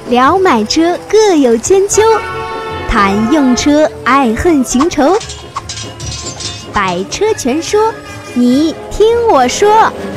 聊买车各有千秋，谈用车爱恨情仇。百车全说，你听我说。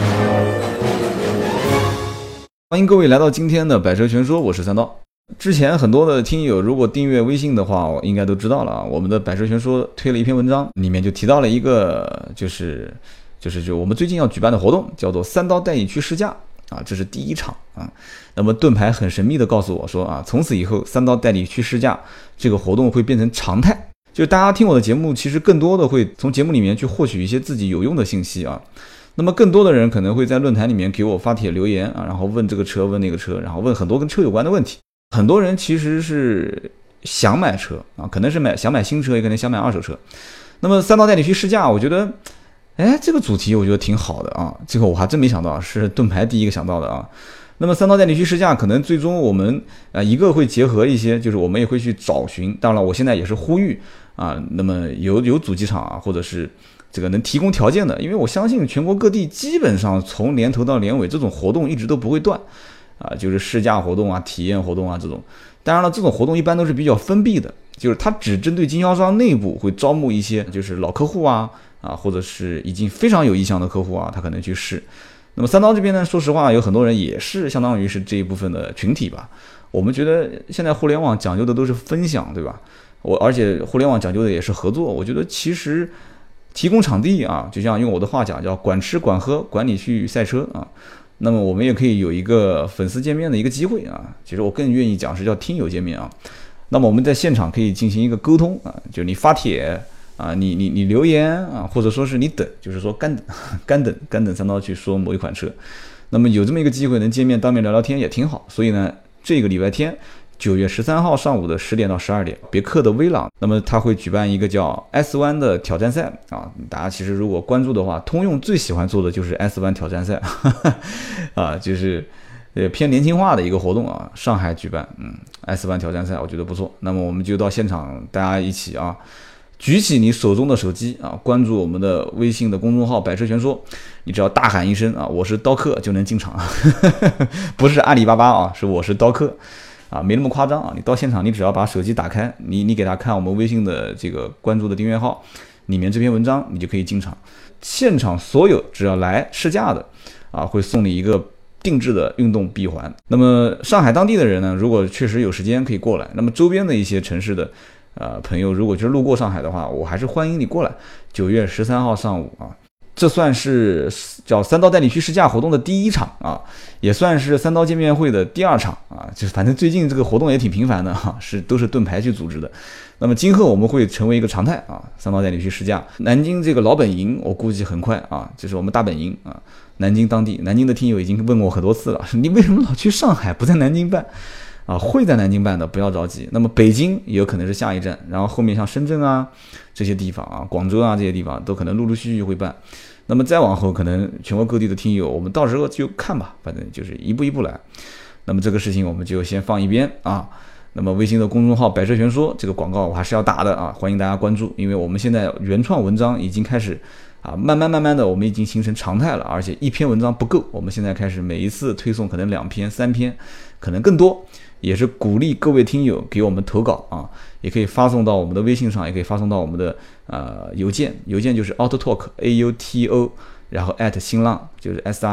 欢迎各位来到今天的百车全说，我是三刀。之前很多的听友如果订阅微信的话，应该都知道了啊。我们的百车全说推了一篇文章，里面就提到了一个就是我们最近要举办的活动，叫做三刀带你去试驾啊，这是第一场啊。那么盾牌很神秘的告诉我说啊，从此以后三刀带你去试驾这个活动会变成常态，就是大家听我的节目，其实更多的会从节目里面去获取一些自己有用的信息啊。那么更多的人可能会在论坛里面给我发帖留言啊，然后问这个车问那个车，然后问很多跟车有关的问题。很多人其实是想买车啊，可能是想买新车，也可能想买二手车。那么三刀带你去试驾，我觉得这个主题我觉得挺好的啊，这个我还真没想到，是盾牌第一个想到的啊。那么三刀带你去试驾，可能最终我们一个会结合一些，就是我们也会去找寻，当然了，我现在也是呼吁啊，那么有主机厂啊，或者是这个能提供条件的，因为我相信全国各地基本上从年头到年尾这种活动一直都不会断啊，就是试驾活动啊、体验活动啊这种。当然了，这种活动一般都是比较封闭的，就是它只针对经销商内部会招募一些就是老客户啊，或者是已经非常有意向的客户啊，他可能去试。那么三刀这边呢，说实话有很多人也是相当于是这一部分的群体吧。我们觉得现在互联网讲究的都是分享，对吧？而且互联网讲究的也是合作。我觉得其实提供场地啊，就像用我的话讲叫管吃管喝管你去赛车啊。那么我们也可以有一个粉丝见面的一个机会啊，其实我更愿意讲是叫听友见面啊。那么我们在现场可以进行一个沟通啊，就你发帖啊，你留言啊，或者说是你等，就是说干等三刀去说某一款车。那么有这么一个机会能见面当面聊聊天也挺好。所以呢，这个礼拜天9月13号上午的10点到12点，别克的威朗，那么他会举办一个叫 S1 的挑战赛啊。大家其实如果关注的话，通用最喜欢做的就是 S1 挑战赛啊，就是偏年轻化的一个活动啊。上海举办S1 挑战赛，我觉得不错。那么我们就到现场，大家一起啊，举起你手中的手机啊，关注我们的微信的公众号百车全说，你只要大喊一声啊，我是刀客就能进场不是阿里巴巴啊，是我是刀客啊，没那么夸张啊！你到现场，你只要把手机打开，你给他看我们微信的这个关注的订阅号里面这篇文章，你就可以进场。现场所有只要来试驾的啊，会送你一个定制的运动闭环。那么上海当地的人呢，如果确实有时间可以过来，那么周边的一些城市的朋友，如果就是路过上海的话，我还是欢迎你过来。9月13号上午啊。这算是叫三刀带你去试驾活动的第一场啊，也算是三刀见面会的第二场啊。就是反正最近这个活动也挺频繁的哈，都是盾牌去组织的。那么今后我们会成为一个常态啊，三刀带你去试驾。南京这个老本营，我估计很快啊，就是我们大本营啊，南京当地，南京的听友已经问过很多次了，你为什么老去上海不在南京办啊？会在南京办的，不要着急。那么北京也有可能是下一站，然后后面像深圳啊这些地方啊，广州啊这些地方都可能陆陆续续会办。那么再往后，可能全国各地的听友，我们到时候就看吧，反正就是一步一步来。那么这个事情我们就先放一边啊。那么微信的公众号百车全说这个广告我还是要打的啊，欢迎大家关注，因为我们现在原创文章已经开始啊，慢慢的我们已经形成常态了，而且一篇文章不够，我们现在开始每一次推送可能2篇3篇，可能更多。也是鼓励各位听友给我们投稿啊，也可以发送到我们的微信上，也可以发送到我们的邮件就是 autotalk AUTO， 然后新浪就是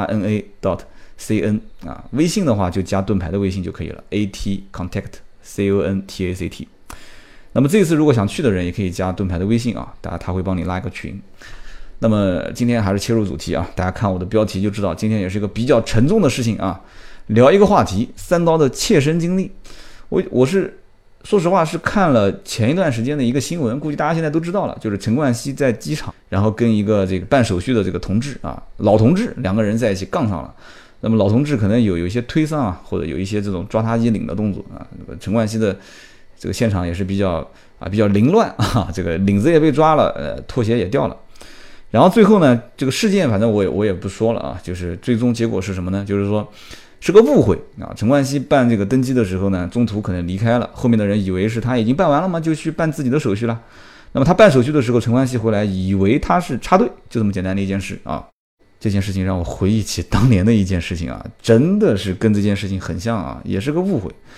SRNA.CN 啊，微信的话就加盾牌的微信就可以了 AT contact CONTACT。那么这次如果想去的人也可以加盾牌的微信啊，他会帮你拉个群。那么今天还是切入主题啊，大家看我的标题就知道，今天也是一个比较沉重的事情啊。聊一个话题，三刀的切身经历。我是说实话是看了前一段时间的一个新闻，估计大家现在都知道了，就是陈冠希在机场，然后跟一个这个办手续的这个同志啊，老同志2个人在一起杠上了。那么老同志可能有一些推搡啊，或者有一些这种抓他衣领的动作啊。陈冠希的这个现场也是比较凌乱啊，这个领子也被抓了，拖鞋也掉了。然后最后呢，这个事件反正我也不说了啊，就是最终结果是什么呢？就是说是个误会啊！陈冠希办这个登机的时候呢，中途可能离开了，后面的人以为是他已经办完了嘛，就去办自己的手续了。那么他办手续的时候，陈冠希回来以为他是插队，就这么简单的一件事啊。这件事情让我回忆起当年的一件事情啊，真的是跟这件事情很像啊，也是个误会。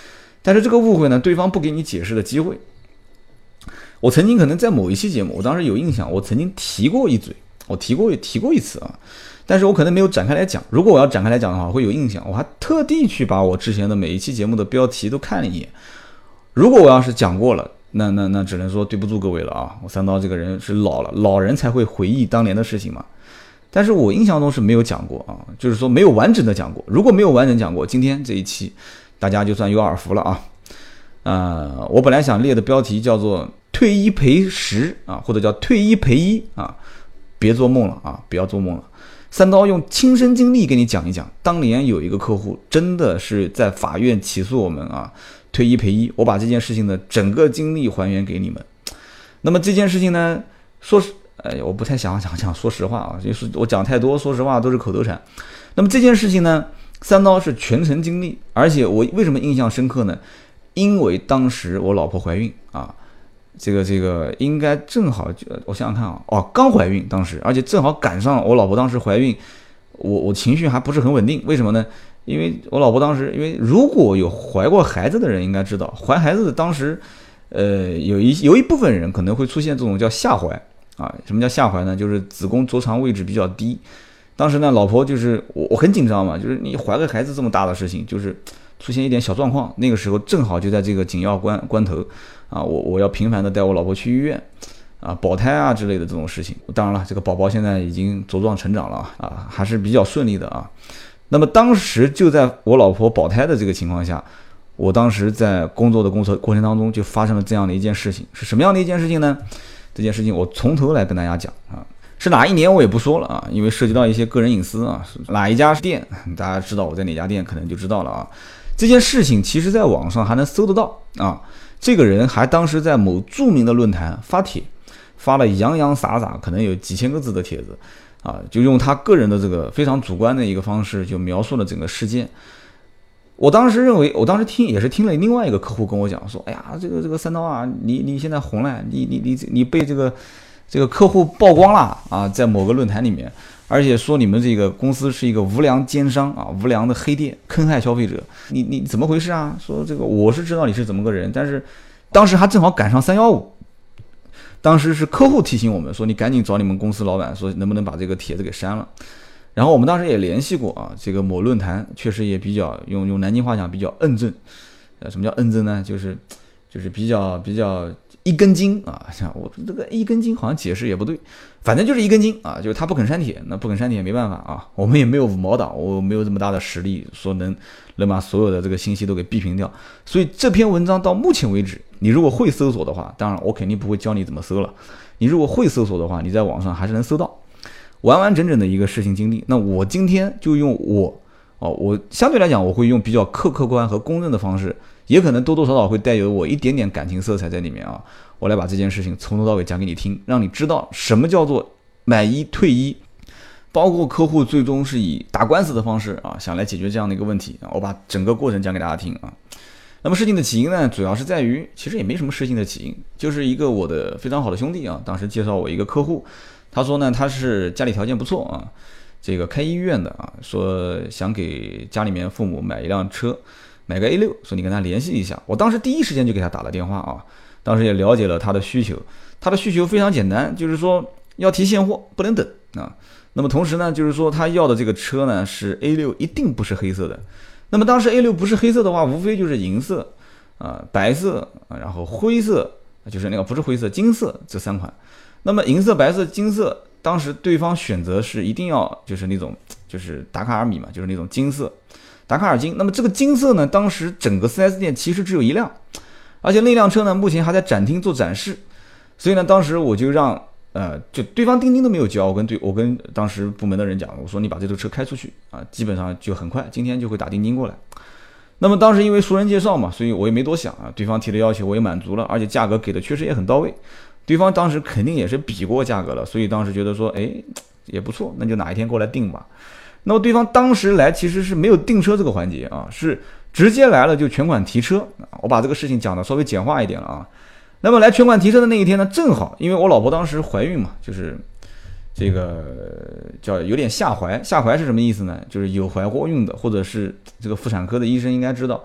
但是这个误会呢，对方不给你解释的机会。我曾经可能在某一期节目，我当时有印象，我曾经提过一嘴，我提过一次啊，但是我可能没有展开来讲。如果我要展开来讲的话，会有印象。我还特地去把我之前的每一期节目的标题都看了一眼。如果我要是讲过了，那只能说对不住各位了啊！我三刀这个人是老了，老人才会回忆当年的事情嘛。但是我印象中是没有讲过啊，就是说没有完整的讲过。如果没有完整讲过，今天这一期大家就算有耳福了啊。我本来想列的标题叫做退一赔十啊，或者叫退一赔一啊，别做梦了啊，不要做梦了。三刀用亲身经历给你讲一讲，当年有一个客户真的是在法院起诉我们啊，退一赔一，我把这件事情的整个经历还原给你们。那么这件事情呢，我不太想讲，说实话啊，就是我讲太多，说实话都是口头禅。那么这件事情呢，三刀是全程经历，而且我为什么印象深刻呢？因为当时我老婆怀孕啊，这个应该正好，我想想看啊，刚怀孕当时，而且正好赶上我老婆当时怀孕，我情绪还不是很稳定，为什么呢？因为我老婆当时，因为如果有怀过孩子的人应该知道，怀孩子的当时，有一部分人可能会出现这种叫下怀啊。什么叫下怀呢？就是子宫着床位置比较低。当时呢，老婆就是我很紧张嘛，就是你怀个孩子这么大的事情，就是出现一点小状况，那个时候正好就在这个紧要关头啊，我要频繁的带我老婆去医院啊，保胎啊之类的这种事情。当然了，这个宝宝现在已经茁壮成长了啊，还是比较顺利的啊。那么当时就在我老婆保胎的这个情况下，我当时在工作的过程当中就发生了这样的一件事情。是什么样的一件事情呢？这件事情我从头来跟大家讲啊，是哪一年我也不说了啊，因为涉及到一些个人隐私啊。哪一家店，大家知道我在哪家店可能就知道了啊。这件事情其实在网上还能搜得到啊，这个人还当时在某著名的论坛发帖，发了洋洋洒洒可能有几千个字的帖子啊，就用他个人的这个非常主观的一个方式就描述了整个事件。我当时也是听了另外一个客户跟我讲说，哎呀，这个三刀啊，你现在红了，你被这个客户曝光了啊，在某个论坛里面，而且说你们这个公司是一个无良奸商啊，无良的黑店，坑害消费者，你怎么回事啊？说这个我是知道你是怎么个人，但是当时还正好赶上315。当时是客户提醒我们说，你赶紧找你们公司老板，说能不能把这个帖子给删了。然后我们当时也联系过啊，这个某论坛确实也比较用南京话讲比较摁正。什么叫摁正呢？就是比较一根筋啊。像我这个一根筋好像解释也不对，反正就是一根筋啊，就是他不肯删帖，那不肯删帖没办法啊，我们也没有五毛党，我没有这么大的实力说能把所有的这个信息都给逼平掉。所以这篇文章到目前为止，你如果会搜索的话，当然我肯定不会教你怎么搜了，你如果会搜索的话，你在网上还是能搜到完完整整的一个事情经历。那我今天就用我相对来讲我会用比较客观和公正的方式，也可能多多少少会带有我一点点感情色彩在里面啊。我来把这件事情从头到尾讲给你听，让你知道什么叫做买一退一，包括客户最终是以打官司的方式啊想来解决这样的一个问题啊。我把整个过程讲给大家听啊。那么事情的起因呢，主要是在于其实也没什么事情的起因，就是一个我的非常好的兄弟啊，当时介绍我一个客户，他说呢他是家里条件不错啊，这个开医院的啊，说想给家里面父母买一辆车，买个 A6， 说你跟他联系一下。我当时第一时间就给他打了电话啊，当时也了解了他的需求。他的需求非常简单，就是说要提现货，不能等啊。那么同时呢，就是说他要的这个车呢是 A6， 一定不是黑色的。那么当时 A6 不是黑色的话，无非就是银色啊、白色啊，然后灰色，就是那个不是灰色，金色这3款。那么银色、白色、金色，当时对方选择是一定要就是那种就是达喀尔米嘛，就是那种金色，达喀尔金。那么这个金色呢，当时整个 4S 店其实只有一辆，而且那辆车呢目前还在展厅做展示。所以呢，当时我就让就对方钉钉都没有交，我跟当时部门的人讲，我说你把这个车开出去啊，基本上就很快，今天就会打钉钉过来。那么当时因为熟人介绍嘛，所以我也没多想啊，对方提的要求我也满足了，而且价格给的确实也很到位。对方当时肯定也是比过价格了，所以当时觉得说，哎，也不错，那就哪一天过来订吧。那么对方当时来其实是没有订车这个环节啊，是直接来了就全款提车。我把这个事情讲的稍微简化一点了啊。那么来全款提车的那一天呢，正好因为我老婆当时怀孕嘛，就是这个叫有点下怀。下怀是什么意思呢？就是有怀过孕的，或者是这个妇产科的医生应该知道，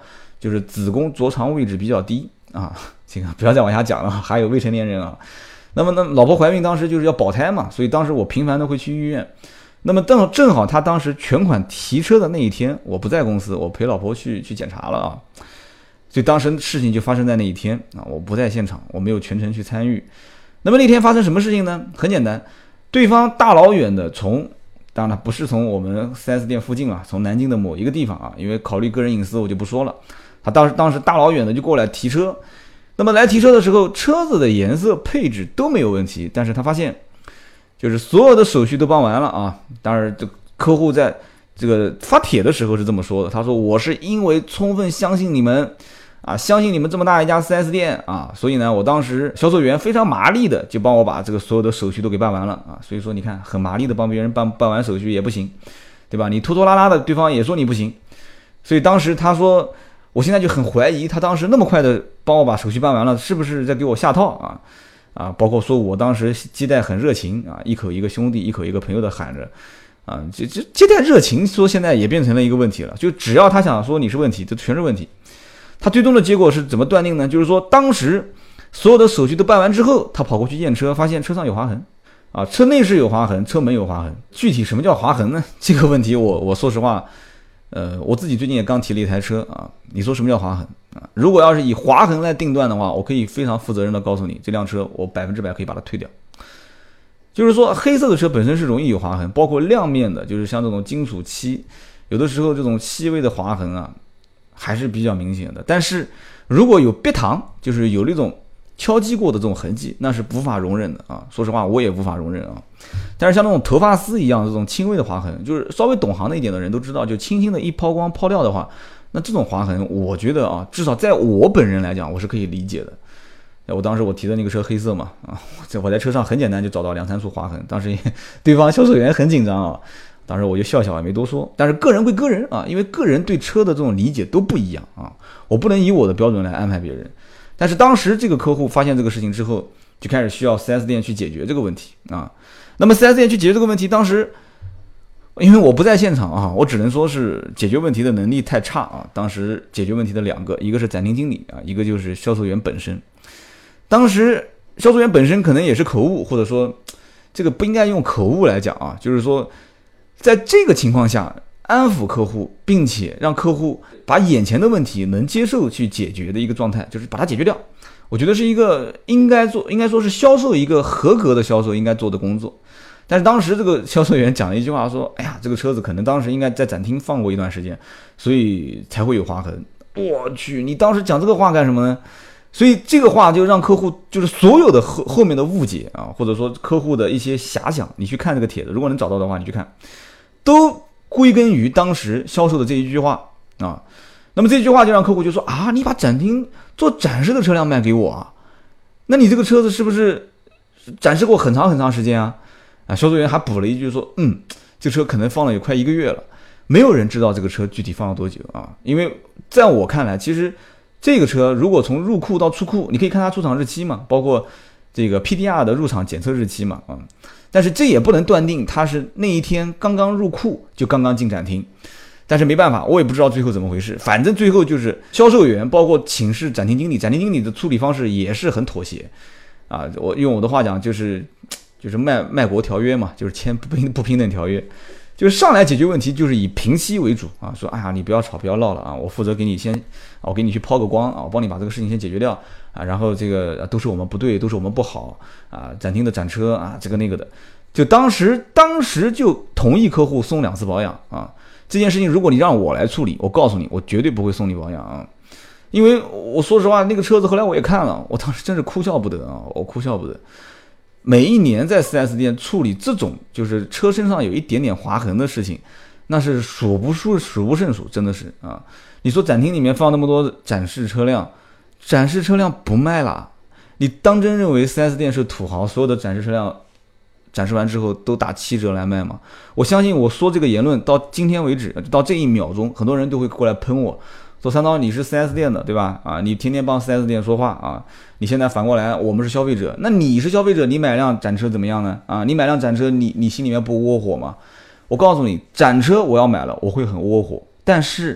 就是子宫着床位置比较低啊，这个不要再往下讲了，还有未成年人啊。那么呢，老婆怀孕当时就是要保胎嘛，所以当时我频繁的会去医院。那么正好他当时全款提车的那一天，我不在公司，我陪老婆去检查了啊。所以当时事情就发生在那一天啊，我不在现场，我没有全程去参与。那么那天发生什么事情呢？很简单，对方大老远的当然不是从我们 4S 店附近啊，从南京的某一个地方啊，因为考虑个人隐私我就不说了。他当时大老远的就过来提车。那么来提车的时候，车子的颜色配置都没有问题，但是他发现就是所有的手续都办完了啊。当然这客户在这个发帖的时候是这么说的，他说我是因为充分相信你们啊，相信你们这么大一家 4S 店啊，所以呢我当时销售员非常麻利的就帮我把这个所有的手续都给办完了啊。所以说你看，很麻利的帮别人办完手续也不行，对吧？你拖拖拉拉的，对方也说你不行。所以当时他说，我现在就很怀疑他当时那么快的帮我把手续办完了，是不是在给我下套啊？包括说我当时接待很热情啊，一口一个兄弟，一口一个朋友的喊着啊，这接待热情说现在也变成了一个问题了，就只要他想说你是问题，这全是问题。他最终的结果是怎么断定呢？就是说当时所有的手续都办完之后，他跑过去验车，发现车上有划痕啊，车内饰有划痕，车门有划痕。具体什么叫划痕呢？这个问题我说实话，我自己最近也刚提了一台车啊，你说什么叫划痕啊？如果要是以划痕来定断的话，我可以非常负责任的告诉你，这辆车我100%可以把它退掉。就是说黑色的车本身是容易有划痕，包括亮面的，就是像这种金属漆，有的时候这种细微的划痕啊还是比较明显的。但是如果有别糖，就是有那种敲击过的这种痕迹，那是无法容忍的啊。说实话我也无法容忍啊。但是像那种头发丝一样这种轻微的划痕，就是稍微懂行的一点的人都知道，就轻轻的一抛光抛掉的话，那这种划痕我觉得啊，至少在我本人来讲我是可以理解的。我当时我提的那个车黑色嘛啊，我在车上很简单就找到2-3处划痕，当时对方销售员很紧张啊，当时我就笑笑也没多说。但是个人归个人啊，因为个人对车的这种理解都不一样啊，我不能以我的标准来安排别人。但是当时这个客户发现这个事情之后，就开始需要 4S 店去解决这个问题啊。那么 4S 店去解决这个问题，当时因为我不在现场啊，我只能说是解决问题的能力太差啊。当时解决问题的2个，一个是展厅经理啊，一个就是销售员本身。当时销售员本身可能也是口误，或者说这个不应该用口误来讲啊，就是说在这个情况下安抚客户，并且让客户把眼前的问题能接受去解决的一个状态，就是把它解决掉。我觉得是一个应该说是销售一个合格的销售应该做的工作。但是当时这个销售员讲了一句话说，哎呀，这个车子可能当时应该在展厅放过一段时间，所以才会有划痕。我去，你当时讲这个话干什么呢？所以这个话就让客户就是所有的后面的误解啊，或者说客户的一些遐想，你去看这个帖子，如果能找到的话，你去看，都归根于当时销售的这一句话啊。那么这句话就让客户就说啊，你把展厅做展示的车辆卖给我啊，那你这个车子是不是展示过很长很长时间啊？啊，销售员还补了一句说，这车可能放了有快1个月了，没有人知道这个车具体放了多久啊。因为在我看来，其实这个车如果从入库到出库，你可以看它出厂日期嘛，包括这个 PDR 的入厂检测日期嘛，但是这也不能断定它是那一天刚刚入库就刚刚进展厅。但是没办法，我也不知道最后怎么回事，反正最后就是销售员包括请示展厅经理的处理方式也是很妥协啊。我用我的话讲就是卖国条约嘛，就是签不平等条约。就是上来解决问题就是以平息为主啊，说哎呀你不要吵不要闹了啊，我负责给你我给你去抛个光啊，我帮你把这个事情先解决掉啊，然后这个都是我们不对，都是我们不好啊，展厅的展车啊这个那个的，就当时就同意客户送2次保养啊。这件事情如果你让我来处理，我告诉你我绝对不会送你保养啊，因为我说实话那个车子后来我也看了，我当时真是哭笑不得啊，我哭笑不得。每一年在 4S 店处理这种就是车身上有一点点划痕的事情，那是数不胜数，真的是啊！你说展厅里面放那么多展示车辆不卖了，你当真认为 4S 店是土豪，所有的展示车辆展示完之后都打7折来卖吗？我相信我说这个言论到今天为止，到这1秒钟，很多人都会过来喷我。说三刀你是 4S 店的对吧？啊，你天天帮 4S 店说话啊！你现在反过来，我们是消费者，那你是消费者，你买辆展车怎么样呢？啊，你买辆展车，你心里面不窝火吗？我告诉你，展车我要买了，我会很窝火，但是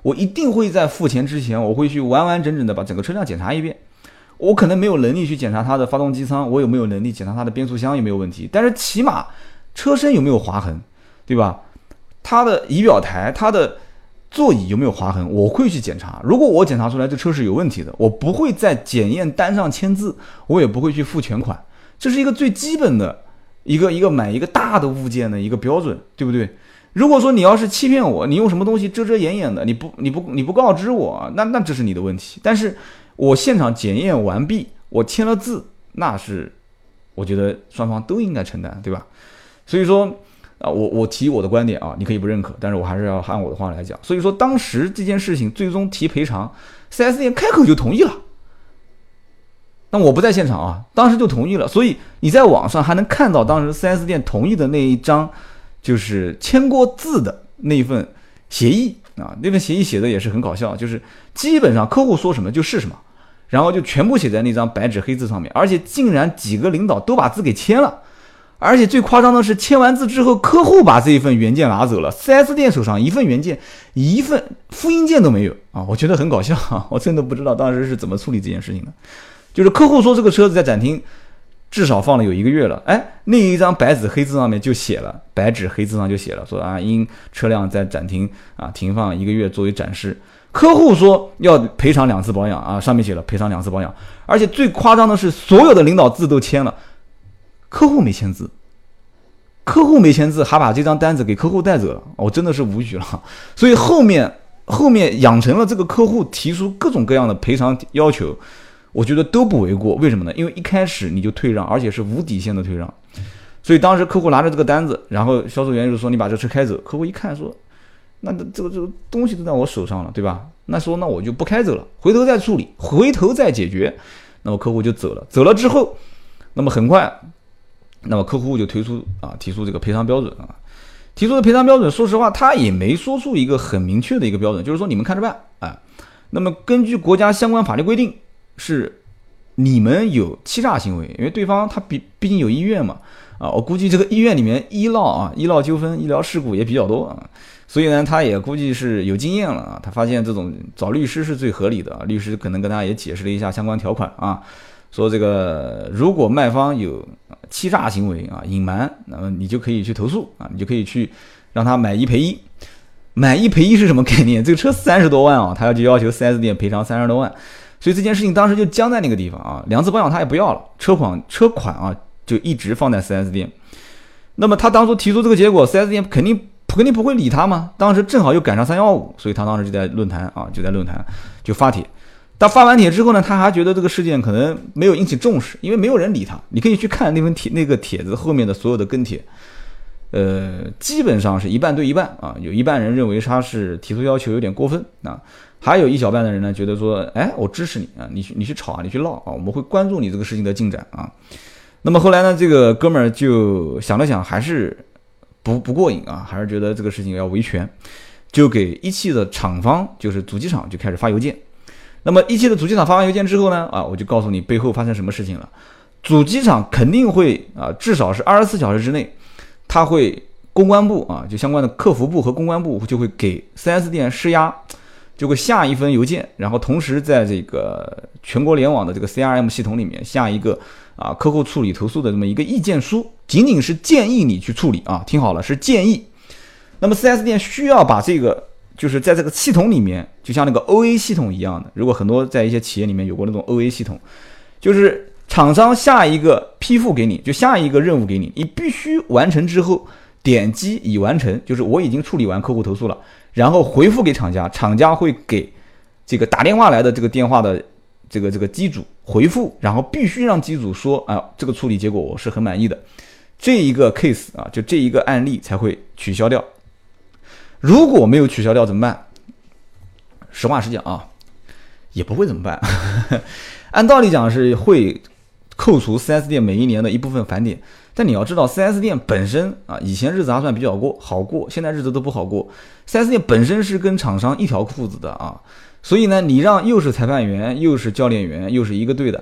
我一定会在付钱之前，我会去完完整整的把整个车辆检查一遍。我可能没有能力去检查它的发动机舱，我有没有能力检查它的变速箱有没有问题，但是起码车身有没有划痕，对吧？它的仪表台、它的座椅有没有划痕，我会去检查。如果我检查出来这车是有问题的，我不会在检验单上签字，我也不会去付全款。这是一个最基本的一个买一个大的物件的一个标准，对不对？如果说你要是欺骗我，你用什么东西遮遮掩掩的，你不告知我，那这是你的问题。但是我现场检验完毕，我签了字，那是我觉得双方都应该承担，对吧？所以说我提我的观点啊，你可以不认可，但是我还是要按我的话来讲。所以说当时这件事情最终提赔偿， 4S 店开口就同意了。那我不在现场啊，当时就同意了。所以你在网上还能看到当时 4S 店同意的那一张就是签过字的那一份协议啊，那份协议写的也是很搞笑，就是基本上客户说什么就是什么，然后就全部写在那张白纸黑字上面，而且竟然几个领导都把字给签了。而且最夸张的是，签完字之后，客户把这一份原件拿走了， 4S 店手上一份原件，一份复印件都没有啊！我觉得很搞笑啊，我真的不知道当时是怎么处理这件事情的。就是客户说这个车子在展厅至少放了有1个月了，那一张白纸黑字上面就写了，白纸黑字上就写了，说因车辆在展厅停放1个月作为展示。客户说要赔偿2次保养上面写了赔偿2次保养。而且最夸张的是，所有的领导字都签了，客户没签字，还把这张单子给客户带走了，我真的是无语了。所以后面养成了这个客户提出各种各样的赔偿要求，我觉得都不为过。为什么呢？因为一开始你就退让，而且是无底线的退让。所以当时客户拿着这个单子，然后销售员就说你把这车开走。客户一看说，那这个东西都在我手上了，对吧？那我就不开走了，回头再处理，回头再解决。那么客户就走了。走了之后，那么很快，那么客户就提出这个赔偿标准提出的赔偿标准，说实话他也没说出一个很明确的一个标准，就是说你们看着办那么根据国家相关法律规定，是你们有欺诈行为，因为对方他毕竟有医院嘛我估计这个医院里面医疗纠纷、医疗事故也比较多所以呢他也估计是有经验了他发现这种找律师是最合理的律师可能跟他也解释了一下相关条款说这个如果卖方有欺诈行为隐瞒，那么你就可以去投诉你就可以去让他买一赔一。买一赔一是什么概念？这个车30多万他就要求 4S 店赔偿30多万。所以这件事情当时就僵在那个地方2次保养他也不要了，车款就一直放在 4S 店。那么他当初提出这个结果， 4S 店肯定不会理他嘛。当时正好又赶上315，所以他当时就在论坛就发帖。但发完帖之后呢，他还觉得这个事件可能没有引起重视，因为没有人理他。你可以去看那个帖子后面的所有的跟帖，基本上是一半对一半有一半人认为他是提出要求有点过分还有一小半的人呢觉得说，我支持你你去吵你去闹我们会关注你这个事情的进展那么后来呢，这个哥们儿就想了想，还是不过瘾还是觉得这个事情要维权，就给一汽的厂方，就是主机厂就开始发邮件。那么一汽的主机厂发完邮件之后呢我就告诉你背后发生什么事情了。主机厂肯定会至少是24小时之内，他会公关部就相关的客服部和公关部就会给 4S 店施压，就会下一封邮件，然后同时在这个全国联网的这个 CRM 系统里面下一个客户处理投诉的这么一个意见书，仅仅是建议你去处理听好了，是建议。那么 4S 店需要把这个就是在这个系统里面，就像那个 OA 系统一样的，如果很多在一些企业里面有过那种 OA 系统，就是厂商下一个批复给你，就下一个任务给你，你必须完成之后点击已完成，就是我已经处理完客户投诉了，然后回复给厂家，厂家会给这个打电话来的这个电话的这个机主回复，然后必须让机主说这个处理结果我是很满意的，这一个 case 就这一个案例才会取消掉。如果没有取消掉怎么办？实话实讲也不会怎么办按道理讲是会扣除 4S 店每一年的一部分返点，但你要知道 4S 店本身以前日子还算比较好过，现在日子都不好过。 4S 店本身是跟厂商一条裤子的所以呢你让又是裁判员又是教练员又是一个队的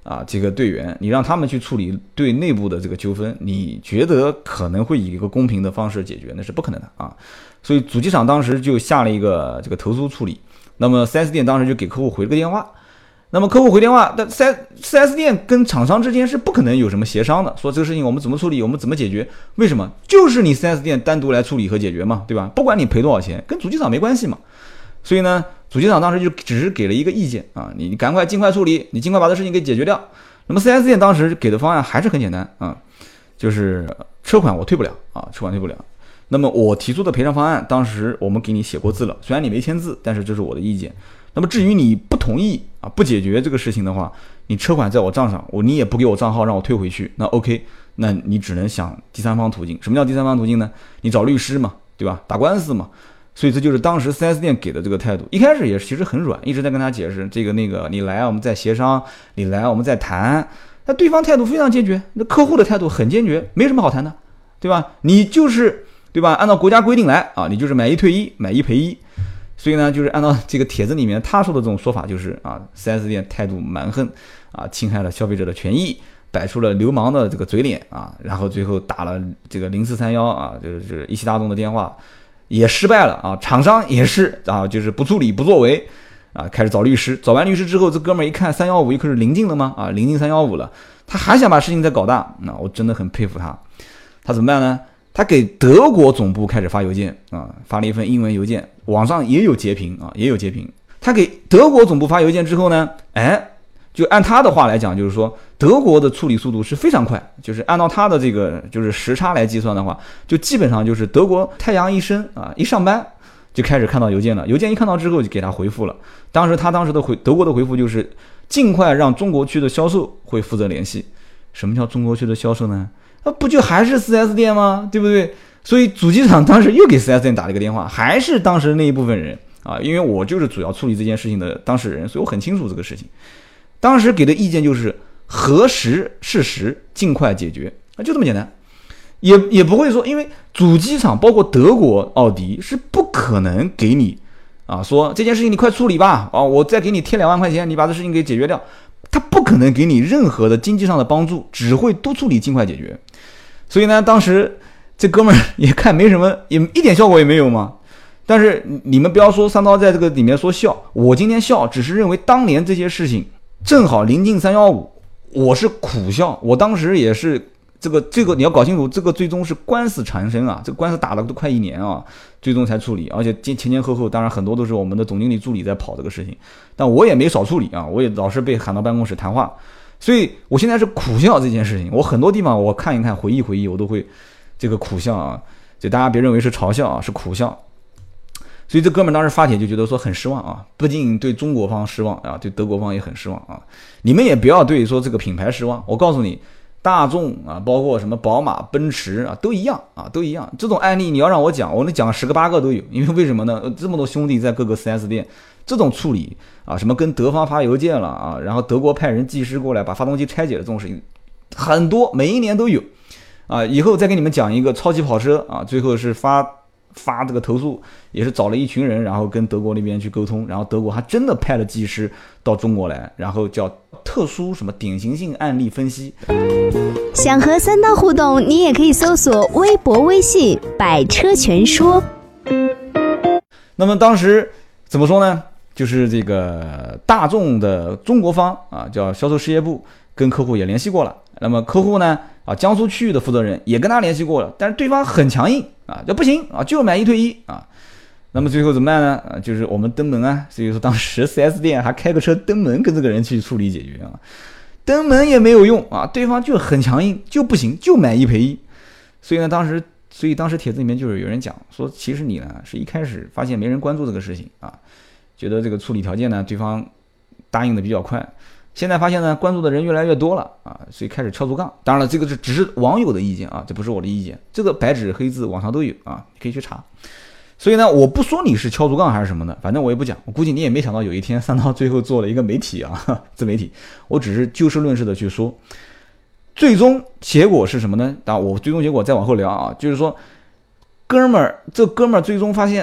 啊这个队员，你让他们去处理队内部的这个纠纷，你觉得可能会以一个公平的方式解决？那是不可能的啊！所以主机厂当时就下了一个这个投诉处理，那么 4S 店当时就给客户回了个电话。那么客户回电话，但 4S 店跟厂商之间是不可能有什么协商的，说这个事情我们怎么处理，我们怎么解决？为什么？就是你 4S 店单独来处理和解决嘛，对吧？不管你赔多少钱，跟主机厂没关系嘛。所以呢，主机厂当时就只是给了一个意见啊，你赶快尽快处理，你尽快把这事情给解决掉。那么 4S 店当时给的方案还是很简单啊，就是车款我退不了啊，车款退不了。那么我提出的赔偿方案，当时我们给你写过字了，虽然你没签字，但是这是我的意见。那么至于你不同意啊，不解决这个事情的话，你车款在我账上，你也不给我账号让我退回去，那 OK， 那你只能想第三方途径。什么叫第三方途径呢？你找律师嘛，对吧？打官司嘛。所以这就是当时 4S 店给的这个态度。一开始也其实很软，一直在跟他解释这个那个，你来我们再协商，你来我们再谈。那对方态度非常坚决，那客户的态度很坚决，没什么好谈的，对吧？你就是对吧？按照国家规定来啊，你就是买一退一，买一赔一。所以呢，就是按照这个帖子里面他说的这种说法，就是啊 4S 店态度蛮横啊，侵害了消费者的权益，摆出了流氓的这个嘴脸啊，然后最后打了这个0431啊，就是一汽大众的电话也失败了啊，厂商也是啊，就是不处理不作为啊，开始找律师，找完律师之后，这哥们儿一看315一可是临近了吗？啊，临近315了，他还想把事情再搞大，那我真的很佩服他。他怎么办呢？他给德国总部开始发邮件啊，发了一份英文邮件，网上也有截屏啊，也有截屏。他给德国总部发邮件之后呢，就按他的话来讲，就是说德国的处理速度是非常快，就是按照他的这个就是时差来计算的话，就基本上就是德国太阳一升啊，一上班就开始看到邮件了，邮件一看到之后就给他回复了。当时的德国的回复就是尽快让中国区的销售会负责联系。什么叫中国区的销售呢？那不就还是 4S 店吗？对不对？所以主机厂当时又给 4S 店打了一个电话，还是当时那一部分人啊，因为我就是主要处理这件事情的当事人，所以我很清楚这个事情。当时给的意见就是核实事实，尽快解决，就这么简单。也不会说，因为主机厂包括德国奥迪是不可能给你啊说这件事情你快处理吧啊，我再给你贴2万块钱，你把这事情给解决掉。他不可能给你任何的经济上的帮助，只会督促你尽快解决。所以呢，当时这哥们儿也看没什么，也一点效果也没有嘛。但是你们不要说三刀在这个里面说笑，我今天笑只是认为当年这些事情正好临近315，我是苦笑。我当时也是这个你要搞清楚，这个最终是官司缠身啊，这个官司打了都快1年啊，最终才处理，而且前后当然很多都是我们的总经理助理在跑这个事情，但我也没少处理啊，我也老是被喊到办公室谈话，所以我现在是苦笑这件事情。我很多地方我看一看回忆，我都会这个苦笑啊，就大家别认为是嘲笑啊，是苦笑。所以这哥们当时发帖就觉得说很失望啊，不仅对中国方失望啊，对德国方也很失望啊。你们也不要对说这个品牌失望，我告诉你，大众啊，包括什么宝马、奔驰啊，都一样啊，都一样。这种案例你要让我讲，我能讲10个8个都有。因为为什么呢？这么多兄弟在各个 4S 店，这种处理啊，什么跟德方发邮件了啊，然后德国派人技师过来把发动机拆解的这种事情很多，每一年都有啊。以后再给你们讲一个超级跑车啊，最后是发这个投诉，也是找了一群人，然后跟德国那边去沟通，然后德国还真的派了技师到中国来，然后叫特殊什么典型性案例分析。 想和三刀互动，你也可以搜索微博微信百车全说。 那么当时怎么说呢？就是这个大众的中国方啊，叫销售事业部，跟客户也联系过了。那么客户呢啊，江苏区域的负责人也跟他联系过了，但是对方很强硬啊，就不行啊，就买一退一啊。那么最后怎么办呢？就是我们登门啊，所以说当时 4S 店还开个车登门跟这个人去处理解决啊，登门也没有用啊，对方就很强硬，就不行，就买一赔一。所以当时帖子里面就是有人讲说，其实你呢是一开始发现没人关注这个事情啊，觉得这个处理条件呢对方答应的比较快。现在发现呢，关注的人越来越多了啊，所以开始敲竹杠。当然了，这个只是网友的意见啊，这不是我的意见，这个白纸黑字网上都有啊，你可以去查。所以呢，我不说你是敲竹杠还是什么的，反正我也不讲。我估计你也没想到有一天三刀最后做了一个媒体啊，自媒体。我只是就事论事的去说，最终结果是什么呢？当然我最终结果再往后聊啊，就是说，这哥们儿最终发现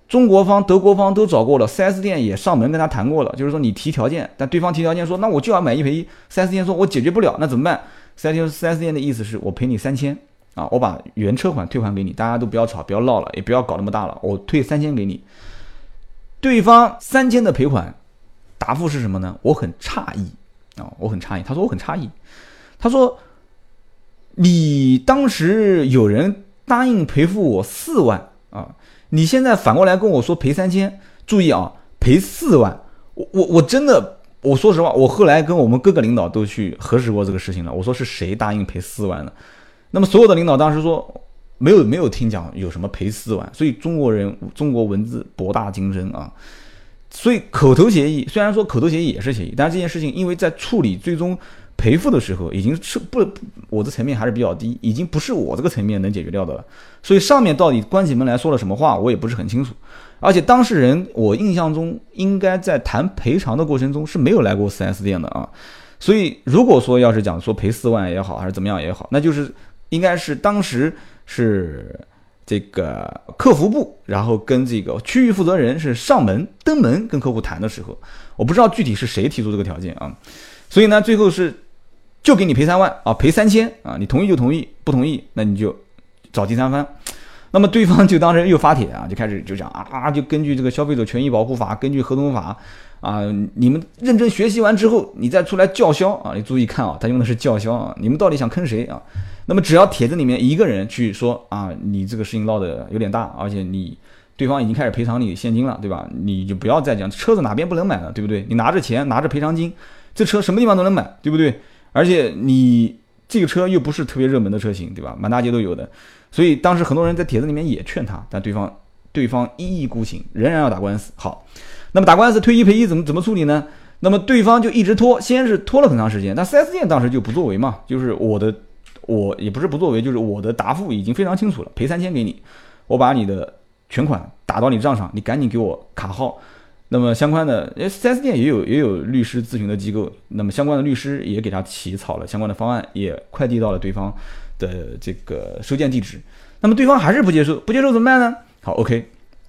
中国方、德国方都找过了，4S 店也上门跟他谈过了，就是说你提条件，但对方提条件说那我就要买一赔一，4S 店说我解决不了，那怎么办？4S 店的意思是我赔你3000啊，我把原车款退还给你，大家都不要吵，不要闹了，也不要搞那么大了，我退3000给你。对方3000的赔款答复是什么呢？我很诧异啊，我很诧异。他说我很诧异，他说你当时有人答应赔付我4万啊，你现在反过来跟我说赔3000，注意啊，赔4万，我真的，我说实话，我后来跟我们各个领导都去核实过这个事情了，我说是谁答应赔4万的？那么所有的领导当时说没有听讲有什么赔4万，所以中国文字博大精深啊。所以口头协议，虽然说口头协议也是协议，但是这件事情因为在处理最终赔付的时候，已经是我的层面还是比较低，已经不是我这个层面能解决掉的了。所以上面到底关起门来说了什么话，我也不是很清楚。而且当事人，我印象中应该在谈赔偿的过程中是没有来过 4S 店的啊。所以如果说要是讲说赔4万也好，还是怎么样也好，那就是应该是当时是这个客服部，然后跟这个区域负责人是上门登门跟客户谈的时候，我不知道具体是谁提出这个条件啊。所以呢，最后是就给你赔3万啊，赔3000啊，你同意就同意，不同意那你就找第三方。那么对方就当时又发帖啊，就开始就讲啊，就根据这个消费者权益保护法，根据合同法啊，你们认真学习完之后，你再出来叫嚣啊，你注意看啊，他用的是叫嚣啊，你们到底想坑谁啊？那么只要帖子里面一个人去说啊，你这个事情闹得有点大，而且你对方已经开始赔偿你现金了，对吧？你就不要再讲车子哪边不能买了，对不对？你拿着钱拿着赔偿金，这车什么地方都能买，对不对？而且你这个车又不是特别热门的车型，对吧？满大街都有的。所以当时很多人在帖子里面也劝他，但对方一意孤行，仍然要打官司。好，那么打官司退一赔一怎么处理呢？那么对方就一直拖，先是拖了很长时间，但 4S 店当时就不作为嘛，就是我也不是不作为，就是我的答复已经非常清楚了，赔3000给你，我把你的全款打到你账上，你赶紧给我卡号。那么相关的 4S 店也有律师咨询的机构，那么相关的律师也给他起草了相关的方案，也快递到了对方的这个收件地址。那么对方还是不接受怎么办呢？好 ，OK，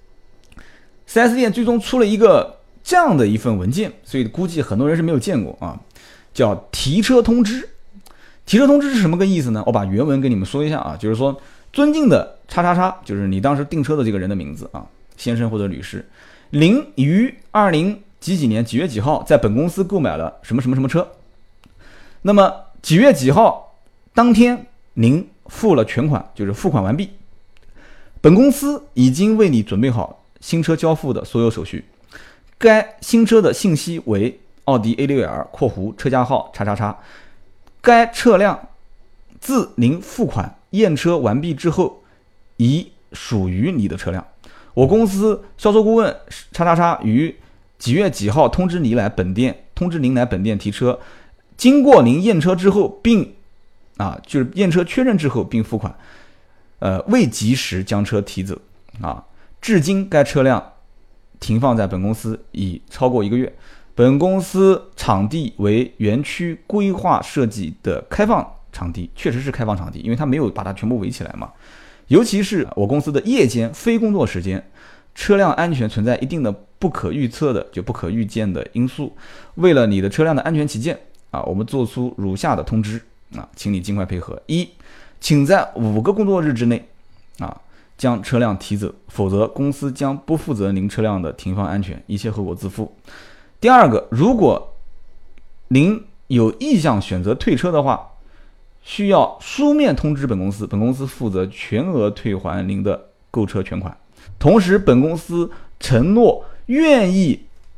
4S 店最终出了一个这样的一份文件，所以估计很多人是没有见过啊，叫提车通知。提车通知是什么个意思呢？我把原文跟你们说一下啊，就是说尊敬的叉叉叉，就是你当时订车的这个人的名字啊，先生或者女士，您于20几年几月几号在本公司购买了什么什么什么车，那么几月几号当天您付了全款，就是付款完毕，本公司已经为你准备好新车交付的所有手续，该新车的信息为奥迪 A6L 括弧车架号叉叉叉，该车辆自您付款验车完毕之后已属于你的车辆，我公司销售顾问叉叉叉于几月几号通知您来本店提车，经过您验车之后并就是验车确认之后并付款，未及时将车提走啊，至今该车辆停放在本公司已超过1个月，本公司场地为园区规划设计的开放场地，确实是开放场地，因为它没有把它全部围起来嘛。尤其是我公司的夜间非工作时间，车辆安全存在一定的不可预测的不可预见的因素，为了你的车辆的安全起见我们做出如下的通知请你尽快配合。一，请在5个工作日之内将车辆提走，否则公司将不负责您车辆的停放安全，一切后果自负。第二个，如果您有意向选择退车的话，需要书面通知本公司，本公司负责全额退还您的购车全款。同时本公司承诺愿意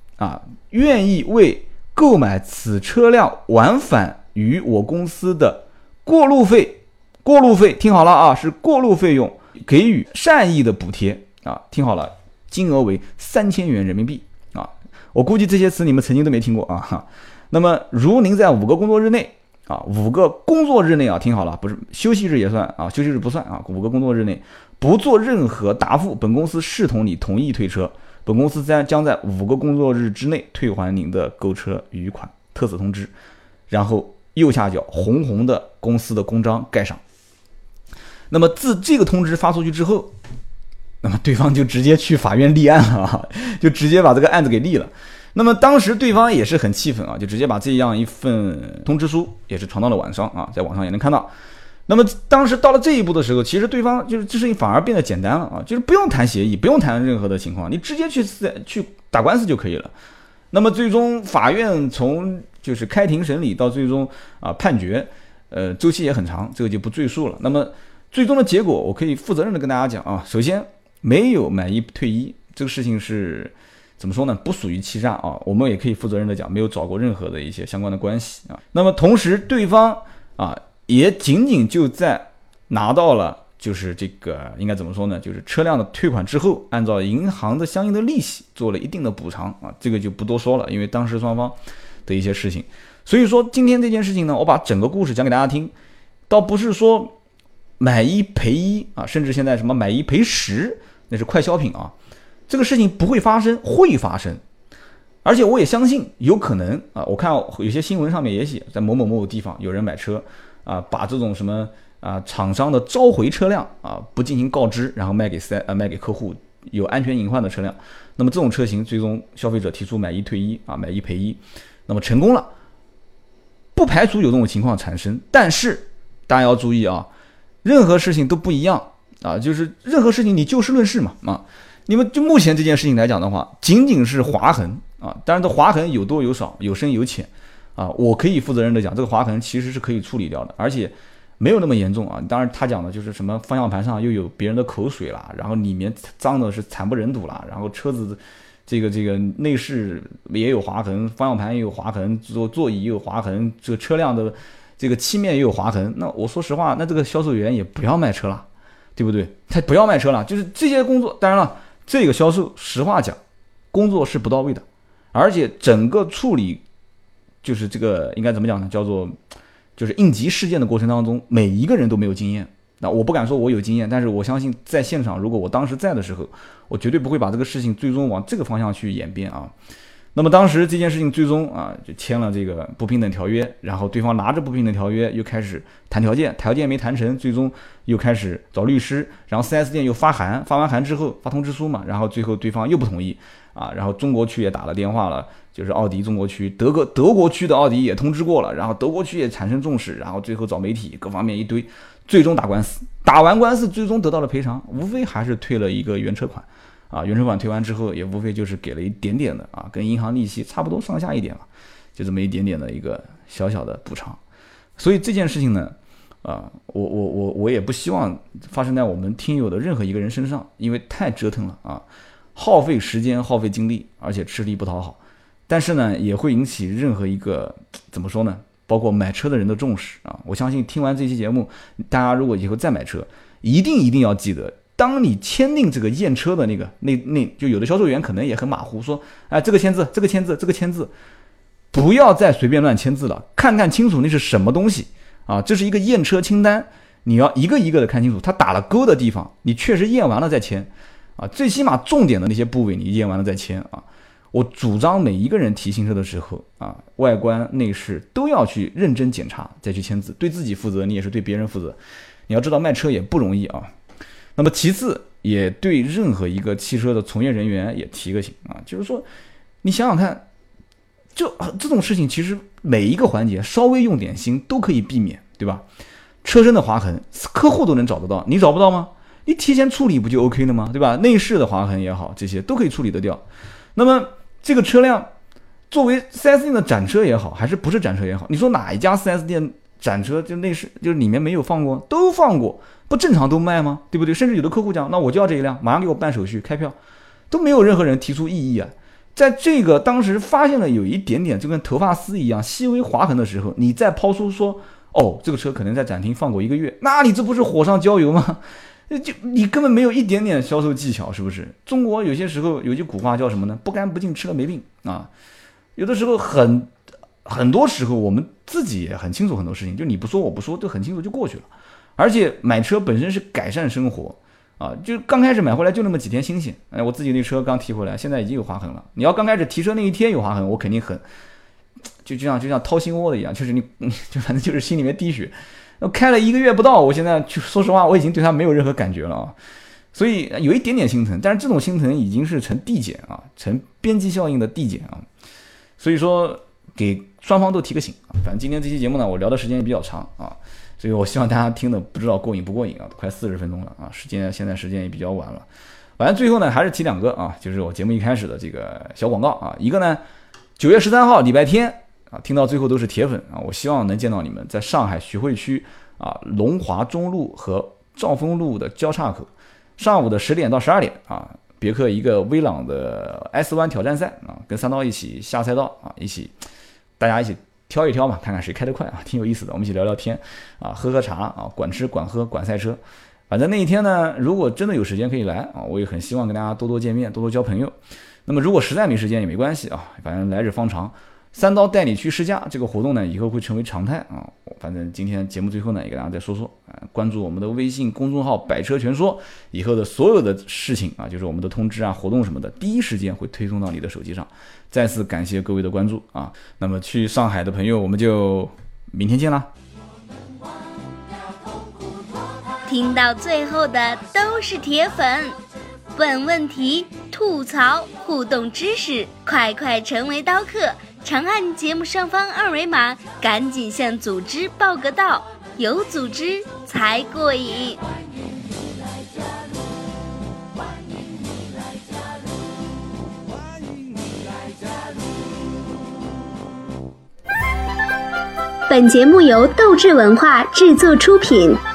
为购买此车辆往返于我公司的过路费听好了是过路费用，给予善意的补贴听好了，金额为3000元人民币我估计这些词你们曾经都没听过那么如您在5个工作日内5个工作日内听好了，不是休息日也算休息日不算5个工作日内不做任何答复，本公司视同你同意退车，本公司将在5个工作日之内退还您的购车余款，特此通知。然后右下角红红的公司的公章盖上。那么自这个通知发出去之后， 那么对方就直接去法院立案了啊，就直接把这个案子给立了。那么当时对方也是很气愤啊，就直接把这样一份通知书也是传到了网上啊，在网上也能看到。那么当时到了这一步的时候，其实对方就是这事情反而变得简单了啊，就是不用谈协议，不用谈任何的情况，你直接去打官司就可以了。那么最终法院从就是开庭审理到最终判决，周期也很长，这个就不赘述了。那么最终的结果，我可以负责任的跟大家讲啊，首先没有买一退一，这个事情是怎么说呢？不属于欺诈啊，我们也可以负责任的讲，没有找过任何的一些相关的关系啊。那么同时对方也仅仅就在拿到了就是这个应该怎么说呢？就是车辆的退款之后，按照银行的相应的利息做了一定的补偿啊，这个就不多说了，因为当时双方的一些事情。所以说今天这件事情呢，我把整个故事讲给大家听，倒不是说买一赔一啊，甚至现在什么买一赔十，那是快消品啊，这个事情不会发生，会发生。而且我也相信有可能啊，我看有些新闻上面也写，在某某某地方有人买车把这种什么厂商的召回车辆不进行告知，然后卖给客户有安全隐患的车辆，那么这种车型最终消费者提出买一退一买一赔一，那么成功了，不排除有这种情况产生。但是大家要注意啊，任何事情都不一样就是任何事情你就事论事嘛你们就目前这件事情来讲的话，仅仅是划痕当然这划痕有多有少，有深有浅我可以负责任的讲，这个划痕其实是可以处理掉的，而且没有那么严重当然他讲的就是什么方向盘上又有别人的口水啦，然后里面脏的是惨不忍睹啦，然后车子这个内饰也有划痕，方向盘也有划痕，座椅也有划痕，这个车辆的这个漆面也有划痕。那我说实话，那这个销售员也不要卖车了，对不对？他不要卖车了，就是这些工作。当然了，这个销售实话讲，工作是不到位的，而且整个处理就是这个应该怎么讲呢？叫做就是应急事件的过程当中，每一个人都没有经验。那我不敢说我有经验，但是我相信在现场，如果我当时在的时候，我绝对不会把这个事情最终往这个方向去演变那么当时这件事情最终就签了这个不平等条约，然后对方拿着不平等条约又开始谈条件，条件没谈成，最终又开始找律师，然后 4S 店又发完函之后发通知书嘛，然后最后对方又不同意然后中国区也打了电话了，就是奥迪中国区，德国区的奥迪也通知过了，然后德国区也产生重视，然后最后找媒体各方面一堆，最终打官司，打完官司最终得到了赔偿，无非还是退了一个原车款原车款退完之后也无非就是给了一点点的跟银行利息差不多上下一点嘛，就这么一点点的一个小小的补偿。所以这件事情呢我也不希望发生在我们听友的任何一个人身上，因为太折腾了耗费时间耗费精力，而且吃力不讨好，但是呢也会引起任何一个怎么说呢，包括买车的人的重视我相信听完这期节目，大家如果以后再买车，一定要记得，当你签订这个验车的那就有的销售员可能也很马虎，说这个签字这个签字这个签字，不要再随便乱签字了，看看清楚那是什么东西这是一个验车清单，你要一个一个的看清楚，他打了勾的地方你确实验完了再签最起码重点的那些部位你验完了再签我主张每一个人提新车的时候外观内饰都要去认真检查再去签字，对自己负责，你也是对别人负责。你要知道卖车也不容易那么其次也对任何一个汽车的从业人员也提个醒就是说你想想看，就这种事情其实每一个环节稍微用点心都可以避免，对吧？车身的划痕客户都能找得到，你找不到吗？你提前处理不就 OK 了吗？对吧？内饰的划痕也好，这些都可以处理得掉。那么这个车辆作为 4S 店的展车也好，还是不是展车也好，你说哪一家 4S 店展车就内饰就是里面没有放过？都放过，不正常都卖吗？对不对？甚至有的客户讲，那我就要这一辆，马上给我办手续开票，都没有任何人提出异议在这个当时发现了有一点点就跟头发丝一样细微划痕的时候，你再抛出说这个车可能在展厅放过1个月，那你这不是火上浇油吗？就你根本没有一点点销售技巧，是不是？中国有些时候有句古话叫什么呢？不干不净吃了没病有的时候很多时候我们自己也很清楚很多事情，就你不说我不说，就很清楚就过去了。而且买车本身是改善生活就刚开始买回来就那么几天新鲜，我自己那车刚提回来，现在已经有划痕了。你要刚开始提车那一天有划痕，我肯定很就像掏心窝的一样，就是你就反正就是心里面滴血。开了1个月不到，我现在说实话我已经对它没有任何感觉了所以有一点点心疼，但是这种心疼已经是成递减啊，成边际效应的递减啊。所以说给双方都提个醒啊。反正今天这期节目呢，我聊的时间也比较长啊，所以我希望大家听的不知道过瘾不过瘾啊，快40分钟了啊，现在时间也比较晚了。反正最后呢，还是提2个啊，就是我节目一开始的这个小广告啊。一个呢，9月13号礼拜天啊，听到最后都是铁粉啊，我希望能见到你们在上海徐汇区啊龙华中路和兆丰路的交叉口，上午的10点到12点啊，别克一个威朗的 S1 挑战赛啊，跟3刀一起下赛道啊，大家一起挑一挑嘛，看看谁开得快啊，挺有意思的，我们一起聊聊天啊，喝喝茶啊，管吃管喝管赛车。反正那一天呢，如果真的有时间可以来啊，我也很希望跟大家多多见面，多多交朋友。那么如果实在没时间也没关系啊，反正来日方长，3刀带你去试驾这个活动呢，以后会成为常态啊。反正今天节目最后呢，也给大家再说说啊，关注我们的微信公众号百车全说，以后的所有的事情啊，就是我们的通知啊、活动什么的，第一时间会推送到你的手机上。再次感谢各位的关注啊。那么去上海的朋友，我们就明天见啦。 听到最后的都是铁粉，问问题、吐槽、互动知识，快快成为刀客！长按节目上方2维码，赶紧向组织报个到，有组织才过瘾。本节目由斗志文化制作出品。